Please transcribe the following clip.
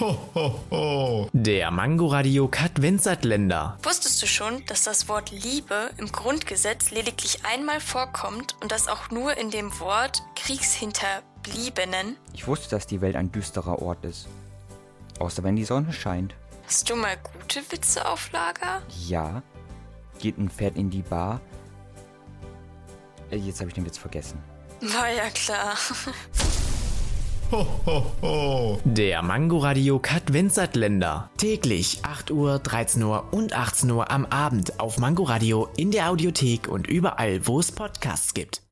Ho, ho, ho. Der Mangoradio Adventskalender. Wusstest du schon, dass das Wort Liebe im Grundgesetz lediglich einmal vorkommt und das auch nur in dem Wort Kriegshinterbliebenen? Ich wusste, dass die Welt ein düsterer Ort ist. Außer wenn die Sonne scheint. Hast du mal gute Witze auf Lager? Ja. Geht ein Pferd in die Bar. Jetzt habe ich den Witz vergessen. War ja klar. Ho, ho, ho. Der Mangoradio Adventskalender. Täglich 8 Uhr, 13 Uhr und 18 Uhr am Abend auf Mangoradio, in der Audiothek und überall, wo es Podcasts gibt.